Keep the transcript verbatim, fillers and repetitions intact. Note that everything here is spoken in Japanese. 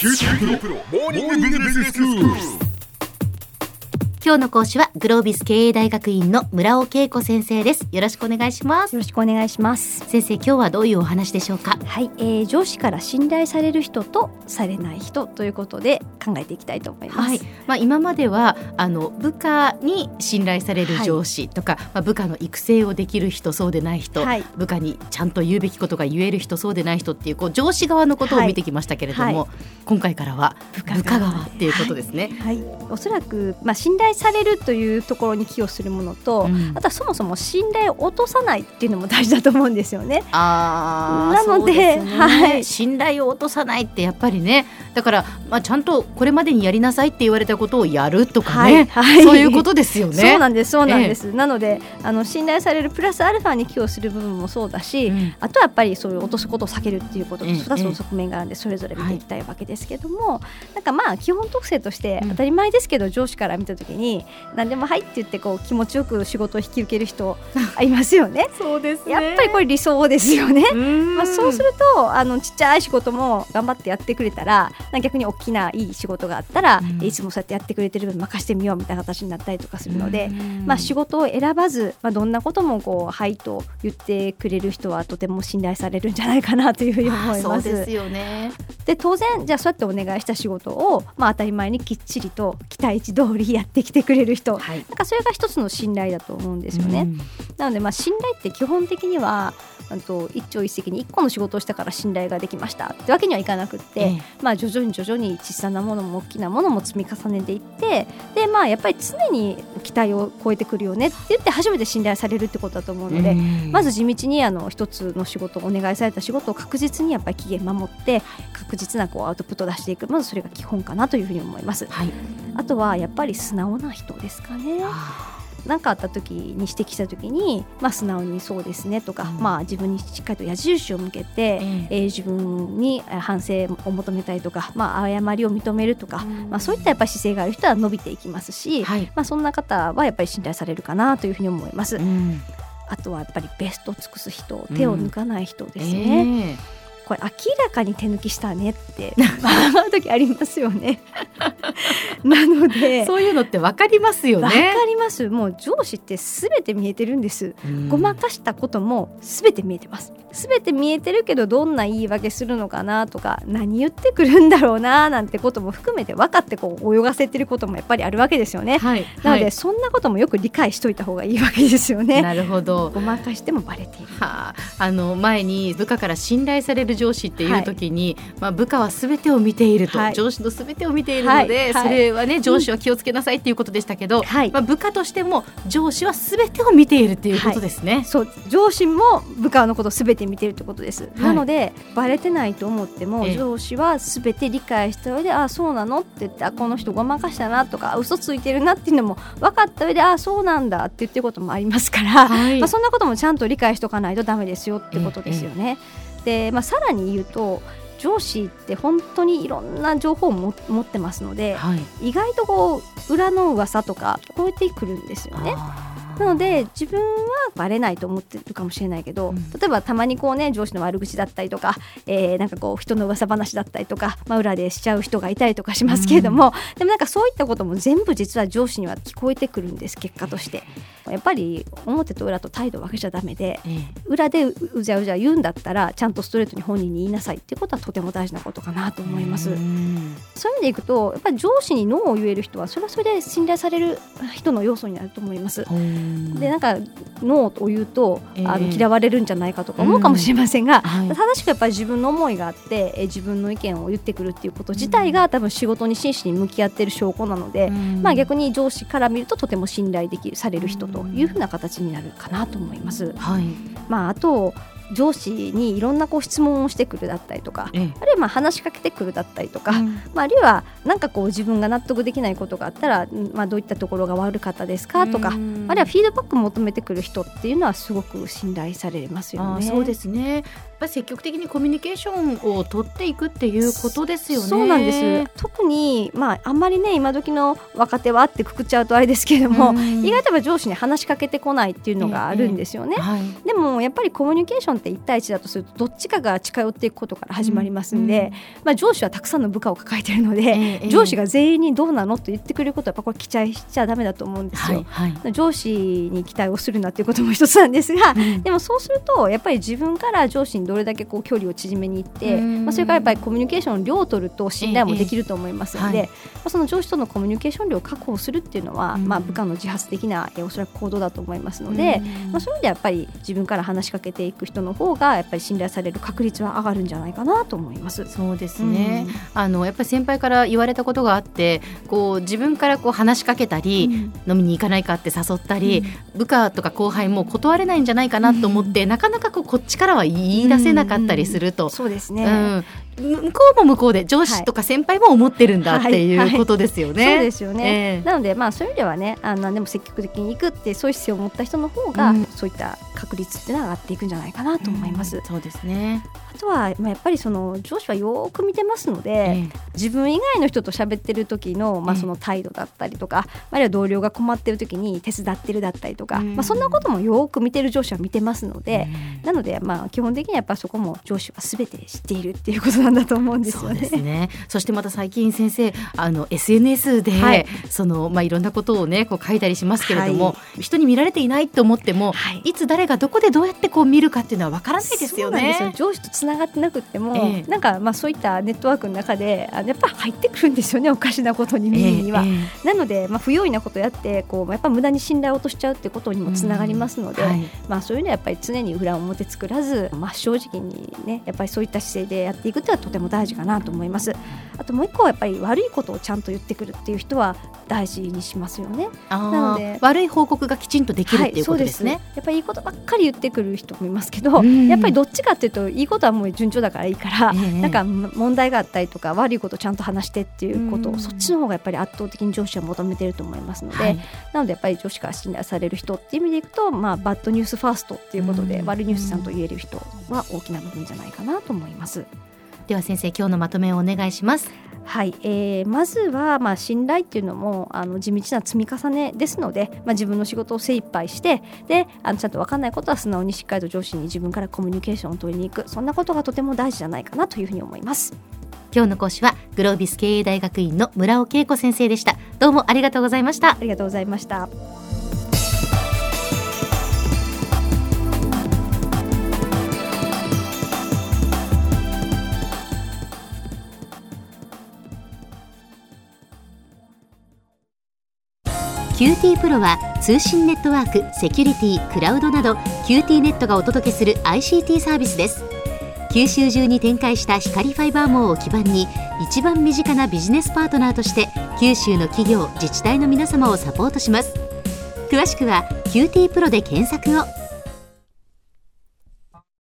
キューティープロモーニングビジネススクール。 今日の講師はグロービス経営大学院の村尾恵子先生です。よろしくお願いします。 よろしくお願いします。 先生、今日はどういうお話でしょうか？ はい、えー、上司から信頼される人とされない人ということで考えていきたいと思います。 はい、まあ、今まではあの部下に信頼される上司とか、はい、まあ、部下の育成をできる人、そうでない人、はい、部下にちゃんと言うべきことが言える人、そうでない人っていう、こう上司側のことを見てきましたけれども、はいはい、今回からは部下 側, 部下側っていうことですね。 はいはい、おそらく、まあ、信頼されるというところに寄与するものと、うん、あとはそもそも信頼を落とさないっていうのも大事だと思うんですよね。 あなの で, で、ね、はい、 信頼を落とさないってやっぱりね、だから、まあ、ちゃんとこれまでにやりなさいって言われたことをやるとかね、はいはい、そういうことですよね。 そうなんですそうなんです、ええ、なのであの信頼されるプラスアルファに寄与する部分もそうだし、うん、あとはやっぱりそういう落とすことを避けるっていうこととふたつの側面があるんで、それぞれ見ていきたいわけですけども、はい、なんかまあ基本特性として当たり前ですけど、うん、上司から見たときに何でもはいって言ってこう気持ちよく仕事を引き受ける人いますよね。 そうですね、 やっぱりこれ理想ですよね。まあ、そうするとあのちっちゃい仕事も頑張ってやってくれたら、逆に大きないい仕事があったら、いつもそうやってやってくれてる分任してみようみたいな形になったりとかするので、まあ、仕事を選ばず、まあ、どんなこともこうはいと言ってくれる人はとても信頼されるんじゃないかなというふうに思います。 そうですよね。 で当然じゃあそうやってお願いした仕事を、まあ、当たり前にきっちりと期待値通りやってきてくれる人、はい、なんかそれが一つの信頼だと思うんですよね。うん、なのでまあ信頼って基本的にはあと一朝一夕にいっこの仕事をしたから信頼ができましたってわけにはいかなくって、ええ、まあ、徐々に徐々に小さなものも大きなものも積み重ねていって、で、まあ、やっぱり常に期待を超えてくるよねって言って初めて信頼されるってことだと思うので、まず地道にあの一つの仕事お願いされた仕事を確実にやっぱり期限守って確実なこうアウトプットを出していく、まずそれが基本かなというふうに思います。はい、あとはやっぱり素直な人ですかね。何かあった時に指摘した時に、まあ、素直にそうですねとか、うん、まあ、自分にしっかりと矢印を向けて、うん、えー、自分に反省を求めたりとか、まあ、誤りを認めるとか、うん、まあ、そういったやっぱり姿勢がある人は伸びていきますし、はい、まあ、そんな方はやっぱり信頼されるかなというふうに思います。うん、あとはやっぱりベストを尽くす人、手を抜かない人ですね。うん、えーこれ明らかに手抜きしたねってある時ありますよね。なのでそういうのって分かりますよね。 分かります。もう上司って全て見えてるんです。ごまかしたことも全て見えてます。全て見えてるけどどんな言い訳するのかなとか、何言ってくるんだろうななんてことも含めて分かってこう泳がせてることもやっぱりあるわけですよね。はい、なので、はい、そんなこともよく理解しといた方がいいわけですよね。 なるほど。 ごまかしてもバレている。 はあ、あの前に部下から信頼される上司っていう時に、はい、まあ、部下は全てを見ていると、はい、上司の全てを見ているので、はいはい、それはね、上司は気をつけなさいっていうことでしたけど、はい、まあ、部下としても上司は全てを見ているっていうことですね。はい、 そう、上司も部下のことを全て見ているってことです。はい、なのでバレてないと思っても、上司は全て理解した上で、あ、そうなのって言って、あ、この人ごまかしたなとか嘘ついてるなっていうのも分かった上で、あ、そうなんだって言ってることもありますから、はい、まあ、そんなこともちゃんと理解しとかないとダメですよってことですよね。で、まあ、さらに言うと上司って本当にいろんな情報をも持ってますので、はい、意外とこう裏の噂とか超えてくるんですよね。なので自分はバレないと思ってるかもしれないけど、うん、例えばたまにこうね、上司の悪口だったりとか、えー、なんかこう人の噂話だったりとか、まあ、裏でしちゃう人がいたりとかしますけれども、うん、でもなんかそういったことも全部実は上司には聞こえてくるんです。結果としてやっぱり表と裏と態度を分けちゃダメで、ええ、裏でうじゃうじゃ言うんだったらちゃんとストレートに本人に言いなさいっていうことはとても大事なことかなと思います。うん、そういう意味でいくとやっぱり上司にノーを言える人はそれはそれで信頼される人の要素になると思います。で、なんかノーを言うと、えー、あの嫌われるんじゃないかとか思うかもしれませんが、うん、はい、正しくやっぱり自分の思いがあってえ自分の意見を言ってくるっていうこと自体が、うん、多分仕事に真摯に向き合っている証拠なので、うん、まあ、逆に上司から見るととても信頼できるされる人というふうな形になるかなと思います。はい、まあ、あと上司にいろんなこう質問をしてくるだったりとか、ええ、あるいはまあ話しかけてくるだったりとか、うん、まあ、あるいはなんかこう自分が納得できないことがあったら、まあ、どういったところが悪かったですかとか、うん、あるいはフィードバック求めてくる人っていうのはすごく信頼されますよね。 あ、そうですね。 ぱり積極的にコミュニケーションを取っていくっていうことですよね。 そうなんです。特に、まあ、あんまりね今時の若手はってくくっちゃうとあれですけれども、意外と上司に話しかけてこないっていうのがあるんですよね、えーはい、でもやっぱりコミュニケーションっていち対いちだとするとどっちかが近寄っていくことから始まりますんで、うんうんまあ、上司はたくさんの部下を抱えているので、えー、上司が全員にどうなのと言ってくれることはやっぱこれ期待しちゃダメだと思うんですよ、はいはい、上司に期待をするなっていうことも一つなんですが、うん、でもそうするとやっぱり自分から上司にどれだけこう距離を縮めに行って、まあ、それからやっぱりコミュニケーション量を取ると信頼もできると思いますので、えーはいまあ、その上司とのコミュニケーション量を確保するっていうのは、うんまあ、部下の自発的なおそらく行動だと思いますので、うんまあ、そういう意味でやっぱり自分から話しかけていく人の方がやっぱり信頼される確率は上がるんじゃないかなと思います。 そうですね、うん、あのやっぱり先輩から言われたことがあってこう自分からこう話しかけたり、うん、飲みに行かないかって誘ったり、うん、部下とか後輩も断れないんじゃないかなと思って、うん、なかなかこうこっちからは言い出せなかったりすると、 うんうん、そうですね、 うん向こうも向こうで上司とか先輩も思ってるんだっていうことですよね、 はいはいはい、そうですよね、えー、なので、まあ、そういう意味ではねあの何でも積極的に行くってそういう姿勢を持った人の方が、うん、そういった確率っていうのは上がっていくんじゃないかなと思います、うん、 そうですね。 あとは、まあ、やっぱりその上司はよく見てますので、えー、自分以外の人と喋ってる時の、まあ、その態度だったりとか、えー、あるいは同僚が困ってる時に手伝ってるだったりとか、うんまあ、そんなこともよく見てる上司は見てますので、うん、なので、まあ、基本的にはやっぱそこも上司は全て知っているっていうことなんだと思うんですよね。 そうですね。そしてまた最近先生あの エスエヌエス で、はい、そのまあ、いろんなことをねこう書いたりしますけれども、はい、人に見られていないと思っても、はい、いつ誰がどこでどうやってこう見るかっていうのは分からないですよね。 そうなんですよ。上司とつながってなくっても、えー、なんかまあそういったネットワークの中であやっぱり入ってくるんですよね、おかしなことに耳には、えーえー、なので、まあ、不用意なことやってこうやっぱ無駄に信頼を落としちゃうってことにもつながりますので、うんはいまあ、そういうのはやっぱり常に裏表作らず、まあ、正直にねやっぱりそういった姿勢でやっていくっていうのはとても大事かなと思います。あともう一個はやっぱり悪いことをちゃんと言ってくるっていう人は大事にしますよね。 あなので悪い報告がきちんとできるっていうことですね、はい、そうです。 やっぱりいいことばっかり言ってくる人もいますけど、やっぱりどっちかっていうといいことはもう順調だからいいから、えー、なんか問題があったりとか悪いことをちゃんと話してっていうことをそっちの方がやっぱり圧倒的に上司は求めていると思いますので、はい、なのでやっぱり上司から信頼される人っていう意味でいくと、まあ、バッドニュースファーストっていうことで悪いニュースちゃんと言える人は大きな部分じゃないかなと思います。 では先生今日のまとめをお願いします。 はい、えー、まずはまあ信頼っていうのもあの地道な積み重ねですので、まあ、自分の仕事を精一杯してであのちゃんと分かんないことは素直にしっかりと上司に自分からコミュニケーションを取りに行く、そんなことがとても大事じゃないかなというふうに思います。 今日の講師はグロービス経営大学院の村尾恵子先生でした。どうもありがとうございました。 ありがとうございました。 キューティー プロは通信ネットワーク、セキュリティ、クラウドなど キューティー ネットがお届けする アイシーティー サービスです。九州中に展開した光ファイバー網を基盤に一番身近なビジネスパートナーとして九州の企業、自治体の皆様をサポートします。詳しくは キューティー プロで検索を。